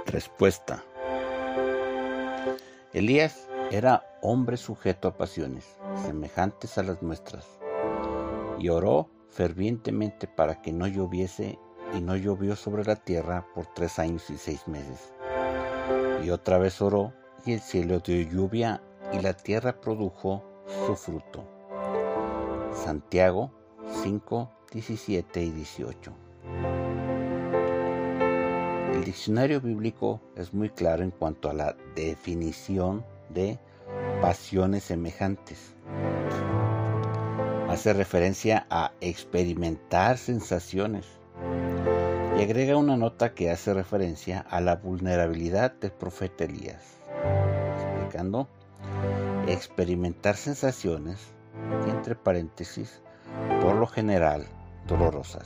Respuesta. Elías era hombre sujeto a pasiones semejantes a las nuestras, y oró fervientemente para que no lloviese, y no llovió sobre la tierra por 3 años y 6 meses. Y otra vez oró, y el cielo dio lluvia, y la tierra produjo su fruto. Santiago 5, 17 y 18. El diccionario bíblico es muy claro en cuanto a la definición de pasiones semejantes. Hace referencia a experimentar sensaciones y agrega una nota que hace referencia a la vulnerabilidad del profeta Elías, explicando experimentar sensaciones y entre paréntesis, por lo general dolorosas.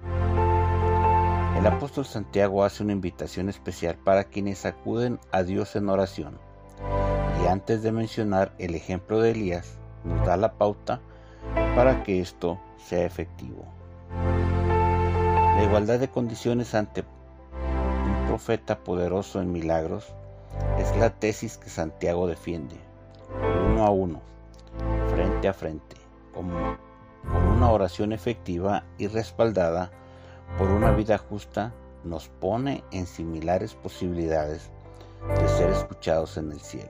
El apóstol Santiago hace una invitación especial para quienes acuden a Dios en oración, y antes de mencionar el ejemplo de Elías, nos da la pauta para que esto sea efectivo. La igualdad de condiciones ante un profeta poderoso en milagros es la tesis que Santiago defiende, uno a uno, frente a frente, con una oración efectiva y respaldada por una vida justa, nos pone en similares posibilidades de ser escuchados en el cielo.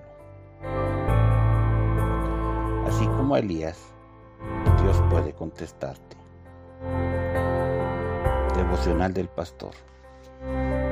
Así como a Elías, Dios puede contestarte. Devocional del Pastor.